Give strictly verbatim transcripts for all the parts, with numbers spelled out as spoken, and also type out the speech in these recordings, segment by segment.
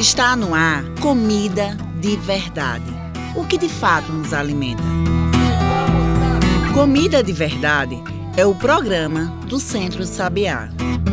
Está no ar Comida de Verdade. O que de fato nos alimenta? Comida de Verdade é o programa do Centro Sabiá.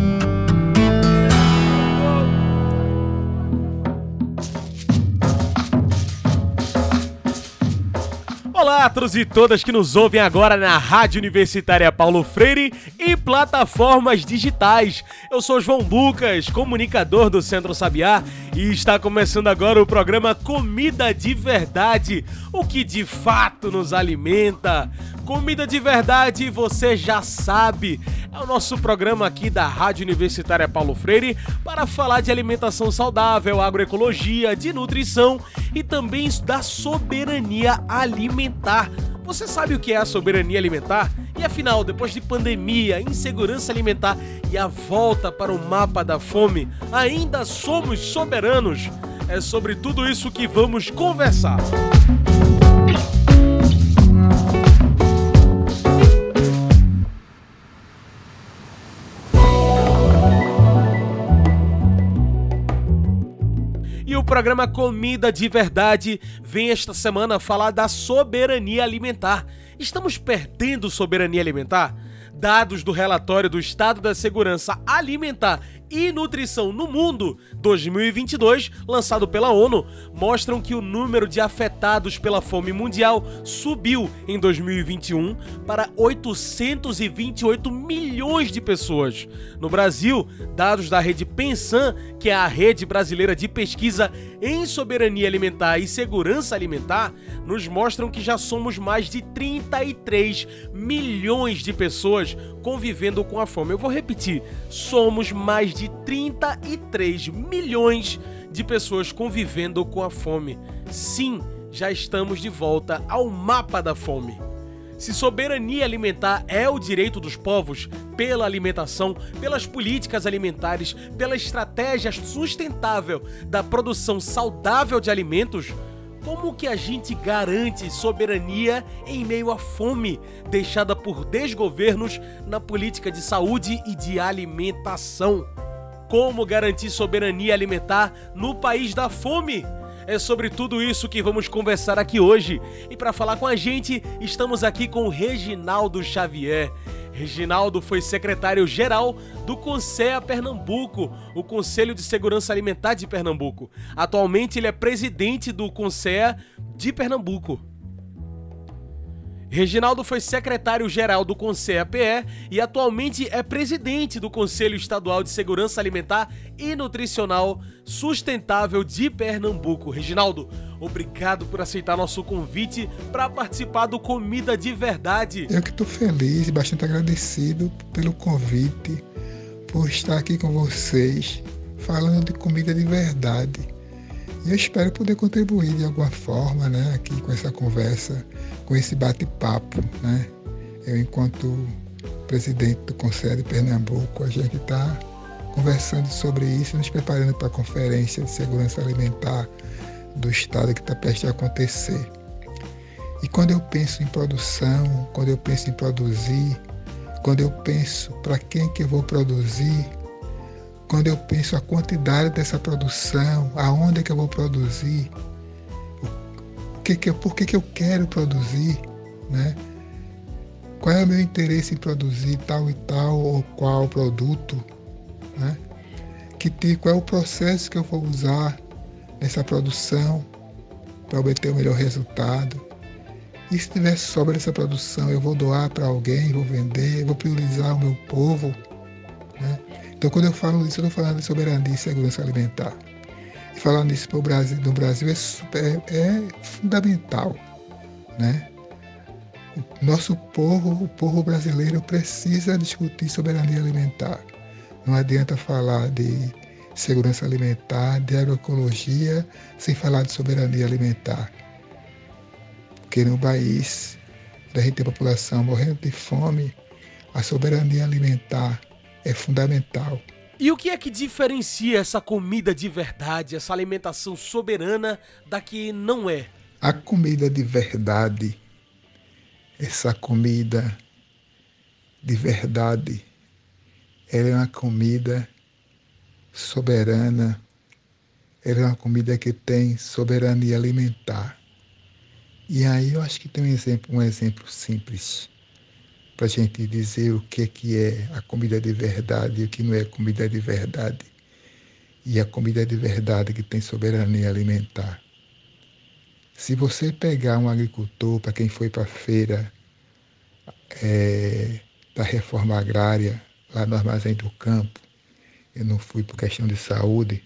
Olá a todos e todas que nos ouvem agora na Rádio Universitária Paulo Freire e plataformas digitais. Eu sou João Lucas, comunicador do Centro Sabiá, e está começando agora o programa Comida de Verdade, o que de fato nos alimenta. Comida de Verdade, você já sabe, é o nosso programa aqui da Rádio Universitária Paulo Freire para falar de alimentação saudável, agroecologia, de nutrição e também da soberania alimentar. Você sabe o que é a soberania alimentar? E afinal, depois de pandemia, insegurança alimentar e a volta para o mapa da fome, ainda somos soberanos? É sobre tudo isso que vamos conversar. E o programa Comida de Verdade vem esta semana falar da soberania alimentar. Estamos perdendo soberania alimentar? Dados do relatório do Estado da Segurança Alimentar e Nutrição no Mundo dois mil e vinte e dois, lançado pela ONU, mostram que o número de afetados pela fome mundial subiu em dois mil e vinte e um para oitocentos e vinte e oito milhões de pessoas. No Brasil, dados da rede Pensan, que é a rede brasileira de pesquisa em soberania alimentar e segurança alimentar, nos mostram que já somos mais de trinta e três milhões de pessoas convivendo com a fome. Eu vou repetir, somos mais de trinta e três milhões de pessoas convivendo com a fome. Sim, já estamos de volta ao mapa da fome. Se soberania alimentar é o direito dos povos pela alimentação, pelas políticas alimentares, pela estratégia sustentável da produção saudável de alimentos, como que a gente garante soberania em meio à fome deixada por desgovernos na política de saúde e de alimentação? Como garantir soberania alimentar no país da fome? É sobre tudo isso que vamos conversar aqui hoje. E para falar com a gente, estamos aqui com o Reginaldo Xavier. Reginaldo foi secretário-geral do CONSEA Pernambuco, o Conselho de Segurança Alimentar de Pernambuco. Atualmente ele é presidente do CONSEA de Pernambuco. Reginaldo foi secretário-geral do CONSEA-P E e atualmente é presidente do Conselho Estadual de Segurança Alimentar e Nutricional Sustentável de Pernambuco. Reginaldo, obrigado por aceitar nosso convite para participar do Comida de Verdade. Eu que estou feliz e bastante agradecido pelo convite, por estar aqui com vocês, falando de comida de verdade. E eu espero poder contribuir de alguma forma, né, aqui com essa conversa, com esse bate-papo, né? Eu, enquanto presidente do Conselho de Pernambuco, a gente está conversando sobre isso, nos preparando para a Conferência de Segurança Alimentar do Estado que está prestes a acontecer. E quando eu penso em produção, quando eu penso em produzir, quando eu penso para quem que eu vou produzir, quando eu penso a quantidade dessa produção, aonde é que eu vou produzir, o que que eu, por que que eu quero produzir, né? Qual é o meu interesse em produzir tal e tal ou qual produto, né? Que, qual é o processo que eu vou usar nessa produção para obter o melhor resultado. E se tiver sobra dessa produção, eu vou doar para alguém, vou vender, vou priorizar o meu povo, né? Então, quando eu falo isso, eu estou falando de soberania e segurança alimentar. E falando isso pro Brasil, no Brasil é, super, é fundamental, né? O nosso povo, o povo brasileiro, precisa discutir soberania alimentar. Não adianta falar de segurança alimentar, de agroecologia, sem falar de soberania alimentar. Porque no país, da gente tem a população morrendo de fome, a soberania alimentar é fundamental. E o que é que diferencia essa comida de verdade, essa alimentação soberana, da que não é? A comida de verdade, essa comida de verdade, ela é uma comida soberana ela é uma comida que tem soberania alimentar. E aí eu acho que tem um exemplo, um exemplo simples para a gente dizer o que, que é a comida de verdade e o que não é comida de verdade. E a comida de verdade que tem soberania alimentar. Se você pegar um agricultor, para quem foi para a feira é, da reforma agrária, lá no Armazém do Campo, eu não fui por questão de saúde,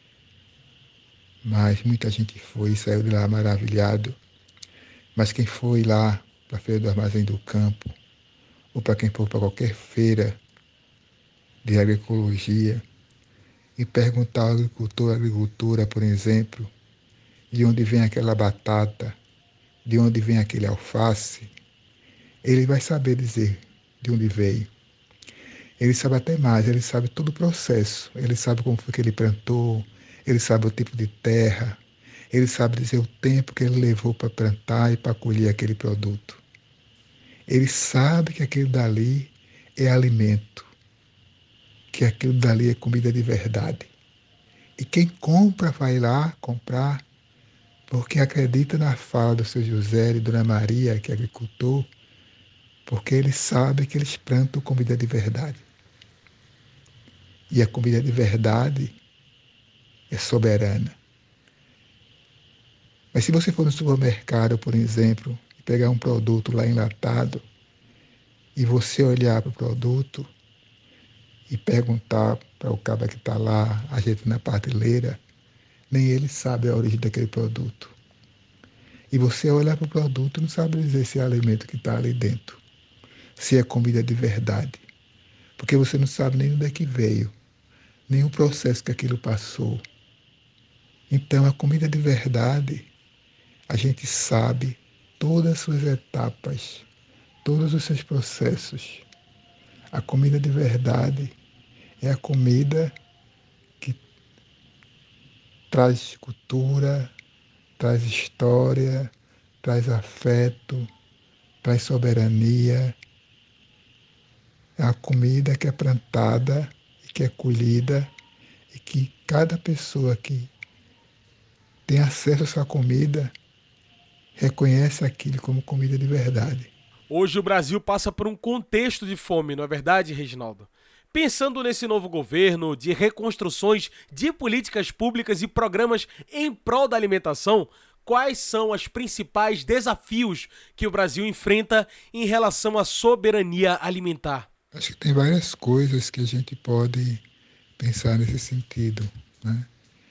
mas muita gente foi e saiu de lá maravilhado. Mas quem foi lá para a feira do Armazém do Campo, ou para quem for para qualquer feira de agroecologia, e perguntar ao agricultor, à agricultora, por exemplo, de onde vem aquela batata, de onde vem aquele alface, ele vai saber dizer de onde veio. Ele sabe até mais, ele sabe todo o processo, ele sabe como foi que ele plantou, ele sabe o tipo de terra, ele sabe dizer o tempo que ele levou para plantar e para colher aquele produto. Ele sabe que aquilo dali é alimento, que aquilo dali é comida de verdade. E quem compra vai lá comprar porque acredita na fala do seu José e Dona Maria, que é agricultor, porque ele sabe que eles plantam comida de verdade. E a comida de verdade é soberana. Mas se você for no supermercado, por exemplo, e pegar um produto lá enlatado, e você olhar para o produto e perguntar para o cara que está lá, a gente na prateleira, nem ele sabe a origem daquele produto. E você olhar para o produto e não sabe dizer se é alimento que está ali dentro, se é comida de verdade. Porque você não sabe nem onde é que veio, nem o processo que aquilo passou. Então, a comida de verdade, a gente sabe todas as suas etapas, todos os seus processos. A comida de verdade é a comida que traz cultura, traz história, traz afeto, traz soberania. É a comida que é plantada e que é colhida e que cada pessoa que tem acesso a essa comida reconhece aquilo como comida de verdade. Hoje o Brasil passa por um contexto de fome, não é verdade, Reginaldo? Pensando nesse novo governo, de reconstruções de políticas públicas e programas em prol da alimentação, quais são os principais desafios que o Brasil enfrenta em relação à soberania alimentar? Acho que tem várias coisas que a gente pode pensar nesse sentido, né?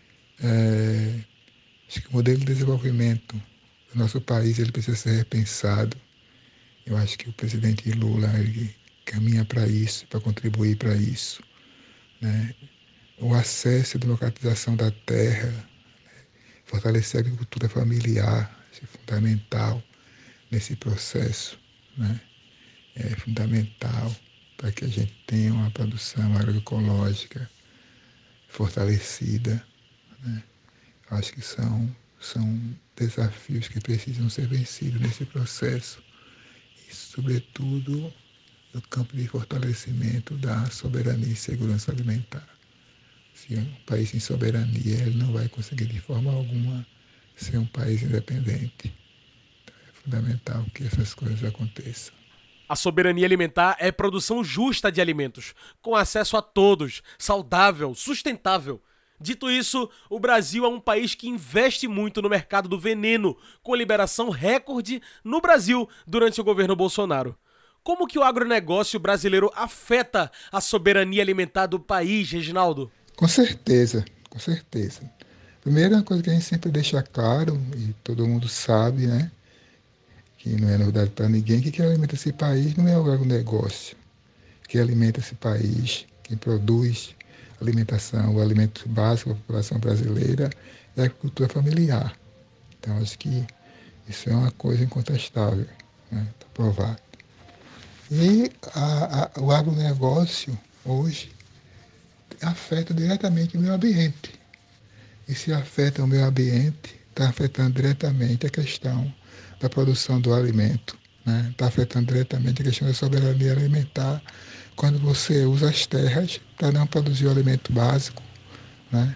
É, acho que o modelo de desenvolvimento do nosso país ele precisa ser repensado. Eu acho que o presidente Lula ele caminha para isso, para contribuir para isso, né? O acesso e a democratização da terra, né? Fortalecer a agricultura familiar, isso é fundamental nesse processo, né? É fundamental para que a gente tenha uma produção agroecológica fortalecida, né? Eu acho que são, são desafios que precisam ser vencidos nesse processo e, sobretudo, no campo de fortalecimento da soberania e segurança alimentar. Se um país sem soberania, ele não vai conseguir de forma alguma ser um país independente. Então, é fundamental que essas coisas aconteçam. A soberania alimentar é produção justa de alimentos, com acesso a todos, saudável, sustentável. Dito isso, o Brasil é um país que investe muito no mercado do veneno, com liberação recorde no Brasil durante o governo Bolsonaro. Como que o agronegócio brasileiro afeta a soberania alimentar do país, Reginaldo? Com certeza, com certeza. Primeira coisa que a gente sempre deixa claro, e todo mundo sabe, né? Que não é novidade para ninguém, que quem alimenta esse país não é o agronegócio. Quem alimenta esse país, quem produz alimentação, o alimento básico da população brasileira é a agricultura familiar. Então, acho que isso é uma coisa incontestável, né? Está provado. E a, a, o agronegócio, hoje, afeta diretamente o meio ambiente. E se afeta o meio ambiente, está afetando diretamente a questão da produção do alimento, né? Está afetando diretamente a questão da soberania alimentar, quando você usa as terras para não produzir o alimento básico, né?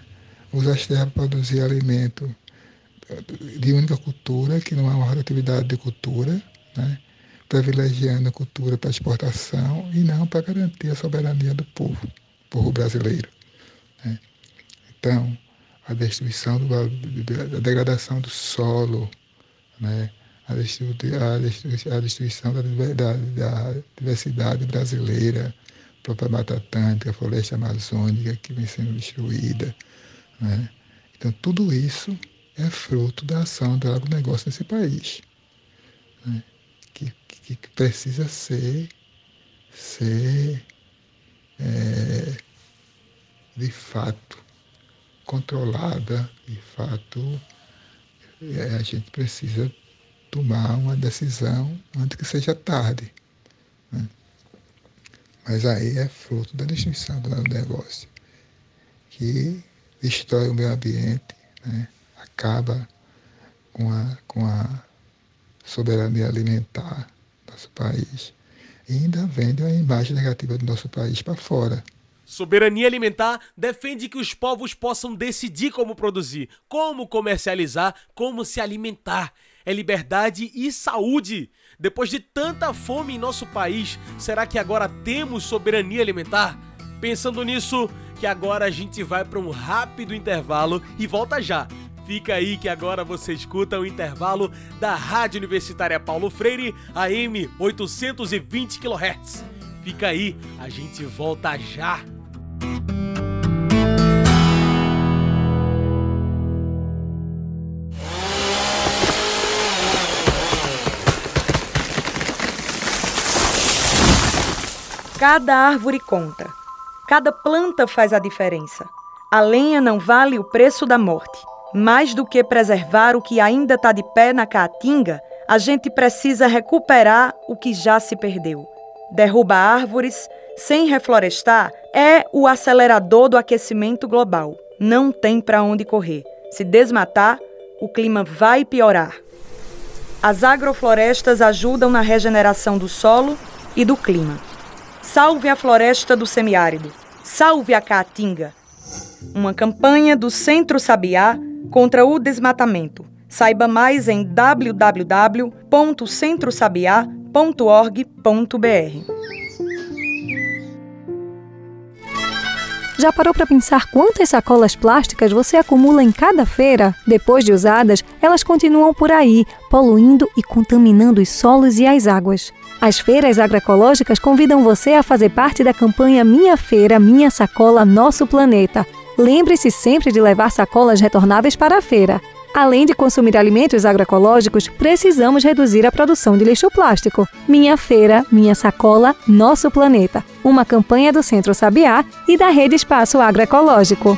Usa as terras para produzir alimento de única cultura, que não há uma rotatividade de cultura, né? Privilegiando a cultura para exportação e não para garantir a soberania do povo, povo brasileiro. Né? Então, a destruição, do, a degradação do solo, né? a, destrui, a, destrui, a destruição da, da, da diversidade brasileira, a própria Mata Atlântica, a floresta amazônica que vem sendo destruída. Né? Então, tudo isso é fruto da ação do agronegócio nesse país, né? que, que, que precisa ser, ser é, de fato, controlada, de fato, é, a gente precisa tomar uma decisão antes que seja tarde. Né? Mas aí é fruto da destruição do negócio, que destrói o meio ambiente, né? Acaba com a, com a soberania alimentar do nosso país e ainda vende a imagem negativa do nosso país para fora. Soberania alimentar defende que os povos possam decidir como produzir, como comercializar, como se alimentar. É liberdade e saúde. Depois de tanta fome em nosso país, será que agora temos soberania alimentar? Pensando nisso, que agora a gente vai para um rápido intervalo e volta já. Fica aí que agora você escuta o intervalo da Rádio Universitária Paulo Freire, A M oitocentos e vinte quilohertz. Fica aí, a gente volta já. Cada árvore conta. Cada planta faz a diferença. A lenha não vale o preço da morte. Mais do que preservar o que ainda está de pé na caatinga, a gente precisa recuperar o que já se perdeu. Derrubar árvores sem reflorestar é o acelerador do aquecimento global. Não tem para onde correr. Se desmatar, o clima vai piorar. As agroflorestas ajudam na regeneração do solo e do clima. Salve a floresta do semiárido. Salve a caatinga. Uma campanha do Centro Sabiá contra o desmatamento. Saiba mais em w w w ponto centro sabiá ponto org ponto b r. Já parou para pensar quantas sacolas plásticas você acumula em cada feira? Depois de usadas, elas continuam por aí, poluindo e contaminando os solos e as águas. As feiras agroecológicas convidam você a fazer parte da campanha Minha Feira, Minha Sacola, Nosso Planeta. Lembre-se sempre de levar sacolas retornáveis para a feira. Além de consumir alimentos agroecológicos, precisamos reduzir a produção de lixo plástico. Minha Feira, Minha Sacola, Nosso Planeta. Uma campanha do Centro Sabiá e da Rede Espaço Agroecológico.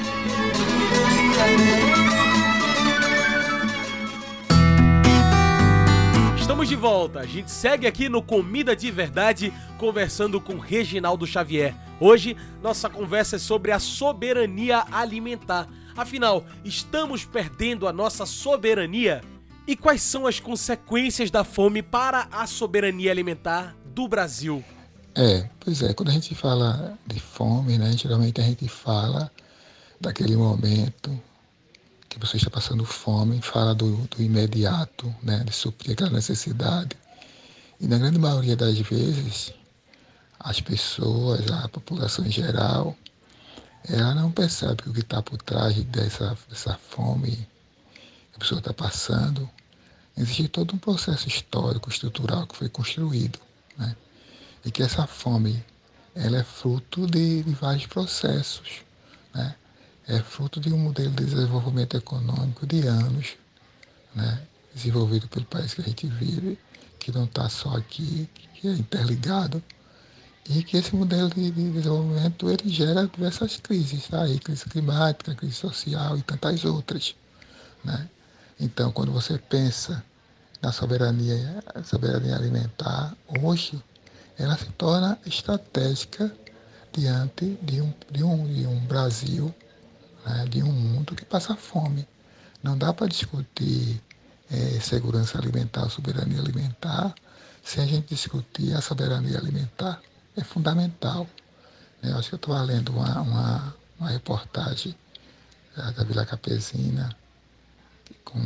Estamos de volta. A gente segue aqui no Comida de Verdade, conversando com Reginaldo Xavier. Hoje, nossa conversa é sobre a soberania alimentar. Afinal, estamos perdendo a nossa soberania? E quais são as consequências da fome para a soberania alimentar do Brasil? É, pois é, quando a gente fala de fome, né, geralmente a gente fala daquele momento que você está passando fome, fala do, do imediato, né, de suprir aquela necessidade. E na grande maioria das vezes, as pessoas, a população em geral, ela não percebe que o que está por trás dessa, dessa fome que a pessoa está passando, existe todo um processo histórico, estrutural que foi construído, né? E que essa fome, ela é fruto de, de vários processos, né? É fruto de um modelo de desenvolvimento econômico de anos, né? Desenvolvido pelo país que a gente vive, que não está só aqui, que é interligado, e que esse modelo de, de desenvolvimento ele gera diversas crises, tá? Aí, crise climática, crise social e tantas outras, né? Então, quando você pensa na soberania, soberania alimentar, hoje ela se torna estratégica diante de um, de um, de um Brasil, né, de um mundo que passa fome. Não dá para discutir é, segurança alimentar, soberania alimentar, sem a gente discutir a soberania alimentar. É fundamental. Né? Eu acho que eu estava lendo uma, uma, uma reportagem da, da Vila Campesina, com,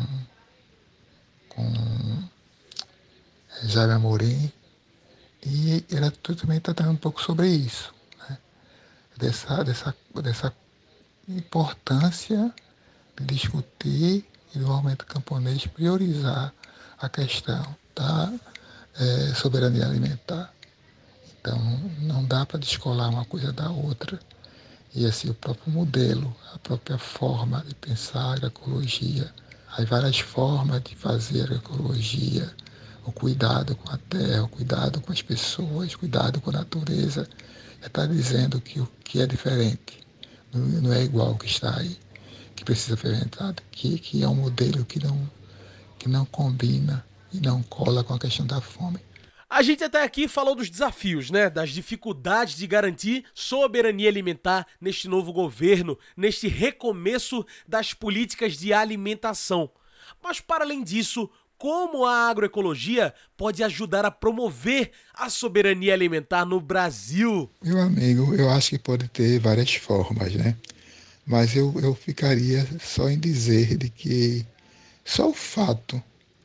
com Jaime Amorim, e ela também está tratando um pouco sobre isso, né? dessa, dessa, dessa importância de discutir e do movimento camponês priorizar a questão da é, soberania alimentar. Então, não dá para descolar uma coisa da outra. E assim, o próprio modelo, a própria forma de pensar a agroecologia, as várias formas de fazer agroecologia, o cuidado com a terra, o cuidado com as pessoas, o cuidado com a natureza, está dizendo que o que é diferente não é igual ao que está aí, que precisa ser inventado, que, que é um modelo que não, que não combina e não cola com a questão da fome. A gente até aqui falou dos desafios, né? Das dificuldades de garantir soberania alimentar neste novo governo, neste recomeço das políticas de alimentação. Mas para além disso, como a agroecologia pode ajudar a promover a soberania alimentar no Brasil? Meu amigo, eu acho que pode ter várias formas, né? Mas eu, eu ficaria só em dizer de que só o fato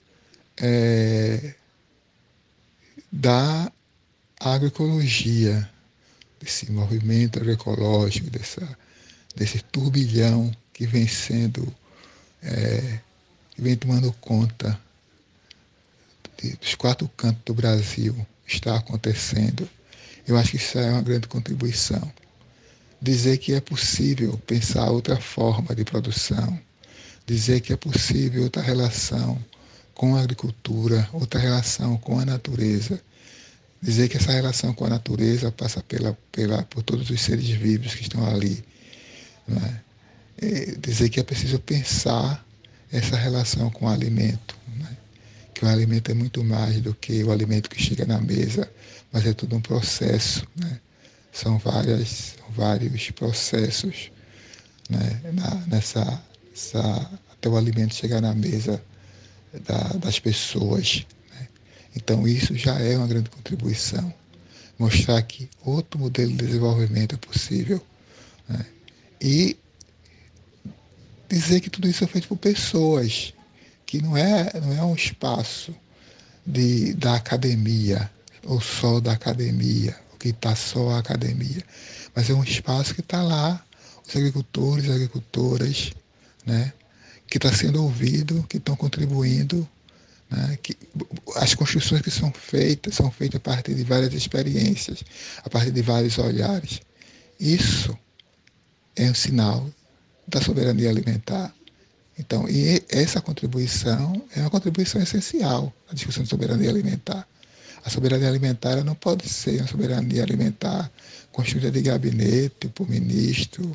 é, da agroecologia, desse movimento agroecológico, dessa, desse turbilhão que vem sendo, é, que vem tomando conta de, dos quatro cantos do Brasil, está acontecendo. Eu acho que isso é uma grande contribuição. Dizer que é possível pensar outra forma de produção, dizer que é possível outra relação com a agricultura, outra relação com a natureza, dizer que essa relação com a natureza passa pela, pela, por todos os seres vivos que estão ali, né? E dizer que é preciso pensar essa relação com o alimento, né? Que o alimento é muito mais do que o alimento que chega na mesa, mas é todo um processo, né? São, várias, são vários processos, né? Na, nessa, essa, até o alimento chegar na mesa da, das pessoas, né? Então isso já é uma grande contribuição. Mostrar que outro modelo de desenvolvimento é possível, né? E dizer que tudo isso é feito por pessoas, que não é, não é um espaço de, da academia, ou só da academia, que está só a academia, mas é um espaço que está lá, os agricultores e agricultoras, né, que está sendo ouvido, que estão contribuindo, né, que, as construções que são feitas, são feitas a partir de várias experiências, a partir de vários olhares. Isso é um sinal da soberania alimentar. Então, e essa contribuição é uma contribuição essencial na discussão de soberania alimentar. A soberania alimentar não pode ser uma soberania alimentar construída de gabinete por ministro,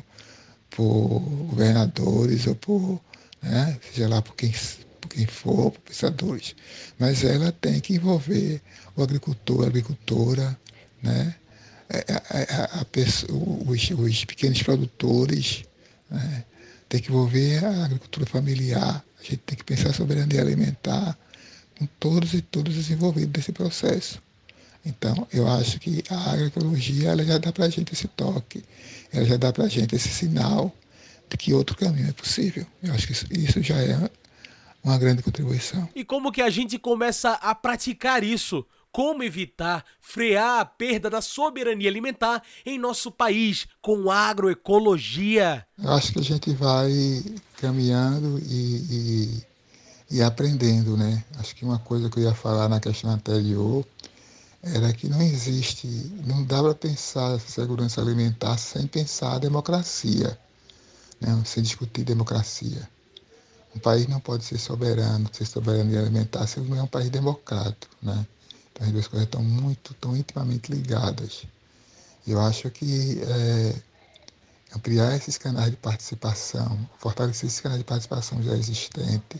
por governadores ou por, né, seja lá por quem, por quem for, por pensadores. Mas ela tem que envolver o agricultor, a agricultora, né, a, a, a pessoa, os, os pequenos produtores, né, tem que envolver a agricultura familiar. A gente tem que pensar a soberania alimentar com todos e todos os envolvidos nesse processo. Então, eu acho que a agroecologia ela já dá para a gente esse toque, ela já dá para a gente esse sinal de que outro caminho é possível. Eu acho que isso, isso já é uma grande contribuição. E como que a gente começa a praticar isso? Como evitar, frear a perda da soberania alimentar em nosso país com agroecologia? Eu acho que a gente vai caminhando e... e e aprendendo, né? Acho que uma coisa que eu ia falar na questão anterior era que não existe, não dá para pensar essa segurança alimentar sem pensar a democracia, né? Sem discutir democracia. Um país não pode ser soberano, ser soberania alimentar se ele não é um país democrático, né? Então as duas coisas estão muito, estão intimamente ligadas. Eu acho que é, ampliar esses canais de participação, fortalecer esses canais de participação já existentes,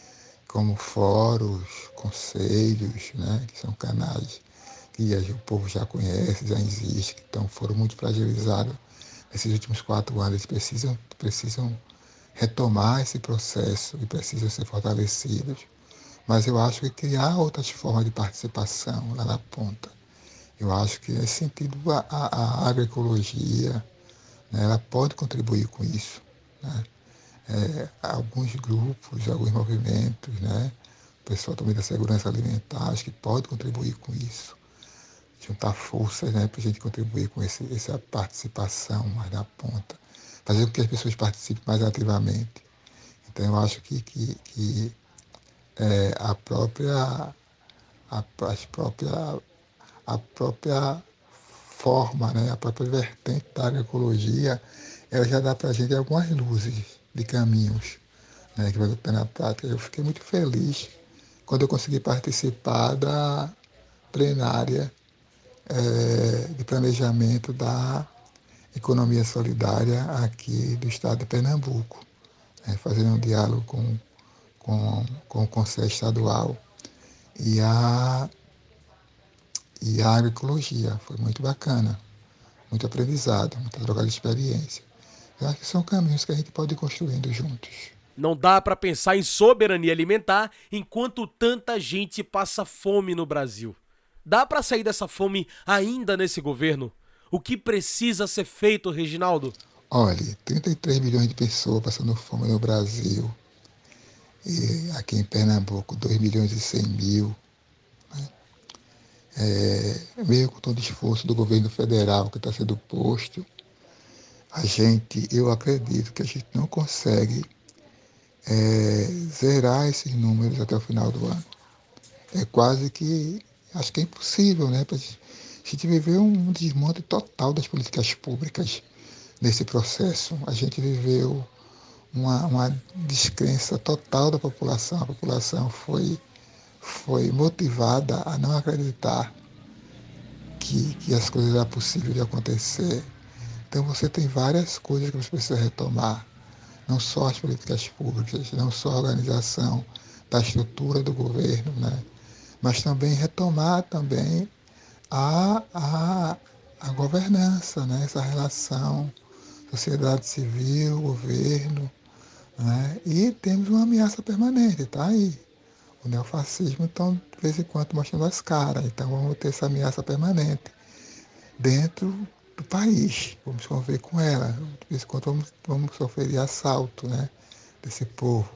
como fóruns, conselhos, né, que são canais que o povo já conhece, já existe, que então foram muito fragilizados nesses últimos quatro anos. Eles precisam, precisam retomar esse processo e precisam ser fortalecidos. Mas eu acho que criar outras formas de participação lá na ponta. Eu acho que, nesse sentido, a, a, a agroecologia, né, ela pode contribuir com isso. né? É, alguns grupos, alguns movimentos, né? O pessoal também da segurança alimentar, acho que pode contribuir com isso, juntar forças, né, para a gente contribuir com esse, essa participação mais na ponta, fazer com que as pessoas participem mais ativamente. Então eu acho que, que, que é, a própria a, as própria, a própria forma, né, a própria vertente da agroecologia, ela já dá para a gente algumas luzes de caminhos, né, que vai ter na prática. Eu fiquei muito feliz quando eu consegui participar da plenária é, de planejamento da economia solidária aqui do estado de Pernambuco, né, fazendo um diálogo com, com, com o Conselho Estadual e a, e a agroecologia. Foi muito bacana, muito aprendizado, muita troca de experiência. Eu acho que são caminhos que a gente pode ir construindo juntos. Não dá para pensar em soberania alimentar enquanto tanta gente passa fome no Brasil. Dá para sair dessa fome ainda nesse governo? O que precisa ser feito, Reginaldo? Olha, trinta e três milhões de pessoas passando fome no Brasil. E aqui em Pernambuco, dois milhões e cem mil. Né? É, mesmo com todo o esforço do governo federal que está sendo posto, a gente, eu acredito que a gente não consegue é, zerar esses números até o final do ano. É quase que, acho que é impossível, né? Pra a gente viver um desmonte total das políticas públicas nesse processo. A gente viveu uma, uma descrença total da população. A população foi, foi motivada a não acreditar que, que as coisas eram possíveis de acontecer. Então você tem várias coisas que você precisa retomar. Não só as políticas públicas, não só a organização da estrutura do governo, né? Mas também retomar também a, a, a governança, né? Essa relação sociedade civil, governo, né? E temos uma ameaça permanente, está aí. O neofascismo, então, de vez em quando, mostrando as caras. Então, vamos ter essa ameaça permanente dentro do país. Vamos conviver com ela. De vez em quando, vamos, vamos sofrer assalto, né, desse povo.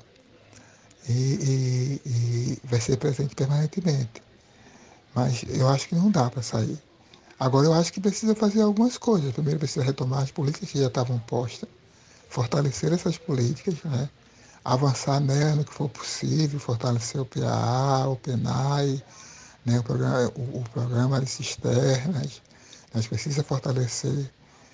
E, e, e vai ser presente permanentemente. Mas eu acho que não dá para sair. Agora, eu acho que precisa fazer algumas coisas. Primeiro, precisa retomar as políticas que já estavam postas, fortalecer essas políticas, né? Avançar nela no que for possível, fortalecer o P A A, o PENAI, né? o, programa, o, o programa de cisternas. Nós precisamos fortalecer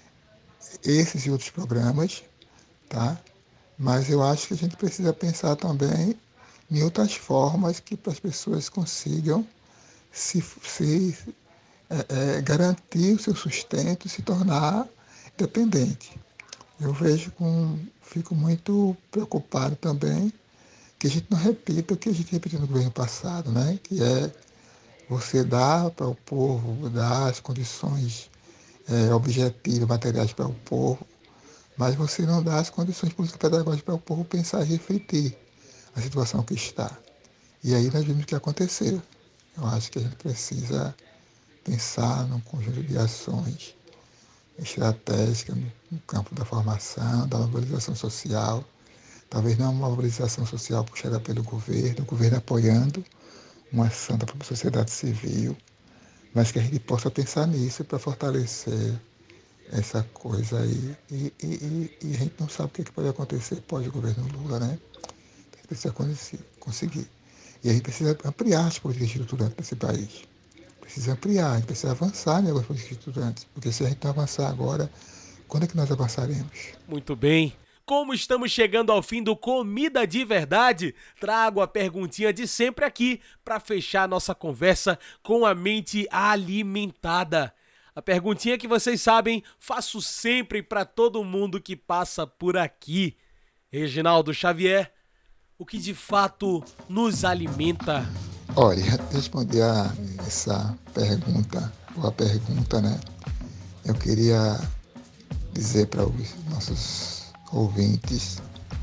esses e outros programas, tá? Mas eu acho que a gente precisa pensar também em outras formas que para as pessoas consigam se, se é, é, garantir o seu sustento e se tornar independente. Eu vejo com, fico muito preocupado também que a gente não repita o que a gente repetiu no governo passado, né? Que é você dar para o povo, dar as condições é, objetivas, materiais para o povo, mas você não dá as condições político-pedagógicas para o povo pensar e refletir a situação que está. E aí nós vimos o que aconteceu. Eu acho que a gente precisa pensar num conjunto de ações estratégica no campo da formação, da mobilização social, talvez não uma mobilização social puxada pelo governo, o governo apoiando uma ação da própria sociedade civil, mas que a gente possa pensar nisso para fortalecer essa coisa aí. E, e, e, e a gente não sabe o que, é que pode acontecer pós o governo Lula, né? A gente precisa conseguir. E a gente precisa ampliar as políticas estruturantes desse país. Precisa ampliar, a gente precisa avançar em algumas políticas estudantes, porque se a gente não avançar agora, quando é que nós avançaremos? Muito bem. Como estamos chegando ao fim do Comida de Verdade, trago a perguntinha de sempre aqui para fechar nossa conversa com a mente alimentada. A perguntinha que vocês sabem, faço sempre para todo mundo que passa por aqui. Reginaldo Xavier, o que de fato nos alimenta? Olha, responder a essa pergunta, ou a pergunta, né? Eu queria dizer para os nossos ouvintes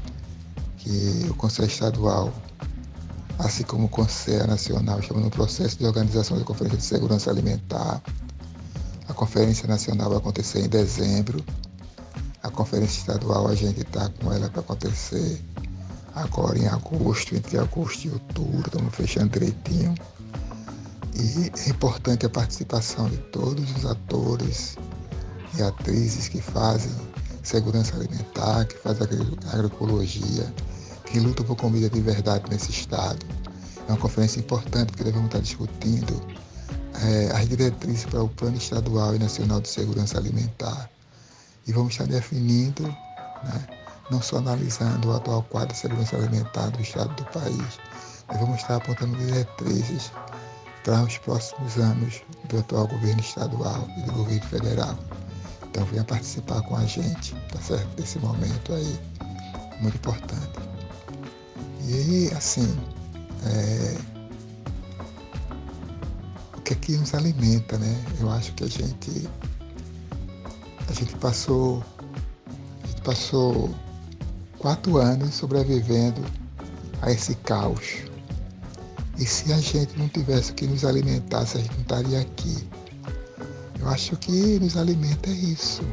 que o Conselho Estadual, assim como o Conselho Nacional, estamos no processo de organização da Conferência de Segurança Alimentar. A Conferência Nacional vai acontecer em dezembro, a conferência estadual a gente está com ela para acontecer agora em agosto, entre agosto e outubro, estamos fechando direitinho. E é importante a participação de todos os atores e atrizes que fazem segurança alimentar, que fazem agroecologia, que lutam por comida de verdade nesse estado. É uma conferência importante porque devemos estar discutindo é, as diretrizes para o Plano Estadual e Nacional de Segurança Alimentar. E vamos estar definindo, né, não só analisando o atual quadro de segurança alimentar do estado do país, mas vamos estar apontando diretrizes para os próximos anos do atual governo estadual e do governo federal. Então venha participar com a gente, tá certo? Desse momento aí, muito importante. E assim, é... o que é que nos alimenta, né? Eu acho que a gente, a gente passou, a gente passou quatro anos sobrevivendo a esse caos. E se a gente não tivesse que nos alimentar, se a gente não estaria aqui. Eu acho que nos alimenta é isso.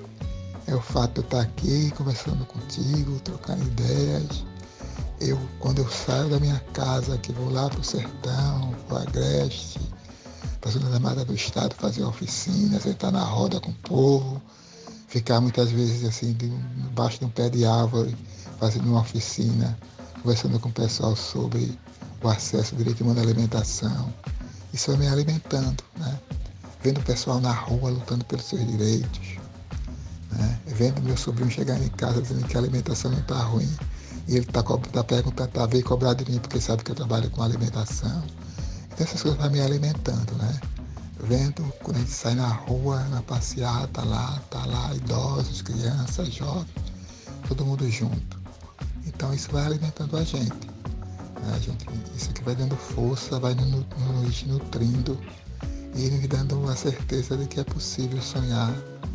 É o fato de eu estar aqui conversando contigo, trocando ideias. Eu, quando eu saio da minha casa, que vou lá para o sertão, para o agreste, para a zona da Mata do Estado, fazer oficina, sentar na roda com o povo, ficar muitas vezes assim, debaixo de um pé de árvore, fazendo uma oficina, conversando com o pessoal sobre o acesso ao direito humano à alimentação. Isso vai me alimentando, né? Vendo o pessoal na rua lutando pelos seus direitos, né? Vendo meu sobrinho chegar em casa dizendo que a alimentação não está ruim e ele está tá perguntando, tá veio cobrar de mim porque sabe que eu trabalho com alimentação. Então essas coisas vão me alimentando, né? Vendo quando a gente sai na rua, na passeata, tá lá, tá lá, idosos, crianças, jovens, todo mundo junto. Então isso vai alimentando a gente. A gente, isso que vai dando força, vai nos, nos nutrindo e nos dando a certeza de que é possível sonhar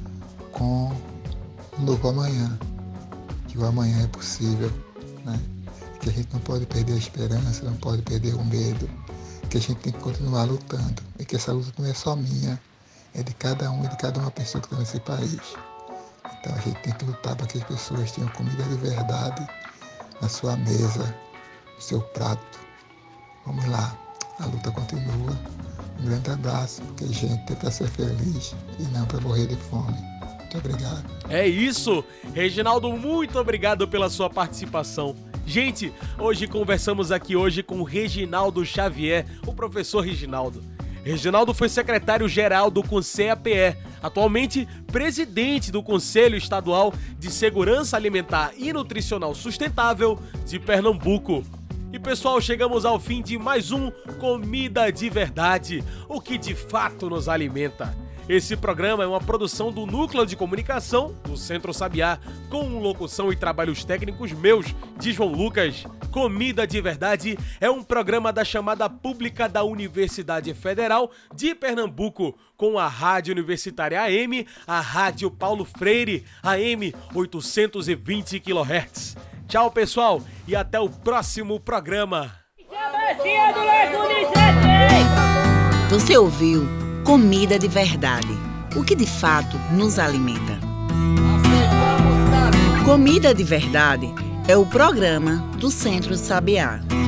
com um novo amanhã, que o amanhã é possível, né? Que a gente não pode perder a esperança, não pode perder o medo, que a gente tem que continuar lutando e que essa luta não é só minha, é de cada um e de cada uma pessoa que está nesse país. Então a gente tem que lutar para que as pessoas tenham comida de verdade na sua mesa, seu prato. Vamos lá, a luta continua. Um grande abraço, porque gente é para ser feliz e não para morrer de fome. Muito obrigado. É isso, Reginaldo, muito obrigado pela sua participação. Gente, hoje conversamos aqui hoje com o Reginaldo Xavier, o professor Reginaldo. Reginaldo foi secretário-geral do CONSEA-P E, atualmente presidente do Conselho Estadual de Segurança Alimentar e Nutricional Sustentável de Pernambuco. E pessoal, chegamos ao fim de mais um Comida de Verdade, o que de fato nos alimenta. Esse programa é uma produção do Núcleo de Comunicação do Centro Sabiá, com locução e trabalhos técnicos meus, de João Lucas. Comida de Verdade é um programa da chamada pública da Universidade Federal de Pernambuco, com a Rádio Universitária A M, a Rádio Paulo Freire, A M oitocentos e vinte quilohertz. Tchau, pessoal, e até o próximo programa. Você ouviu Comida de Verdade, o que de fato nos alimenta. Comida de Verdade é o programa do Centro Sabiá.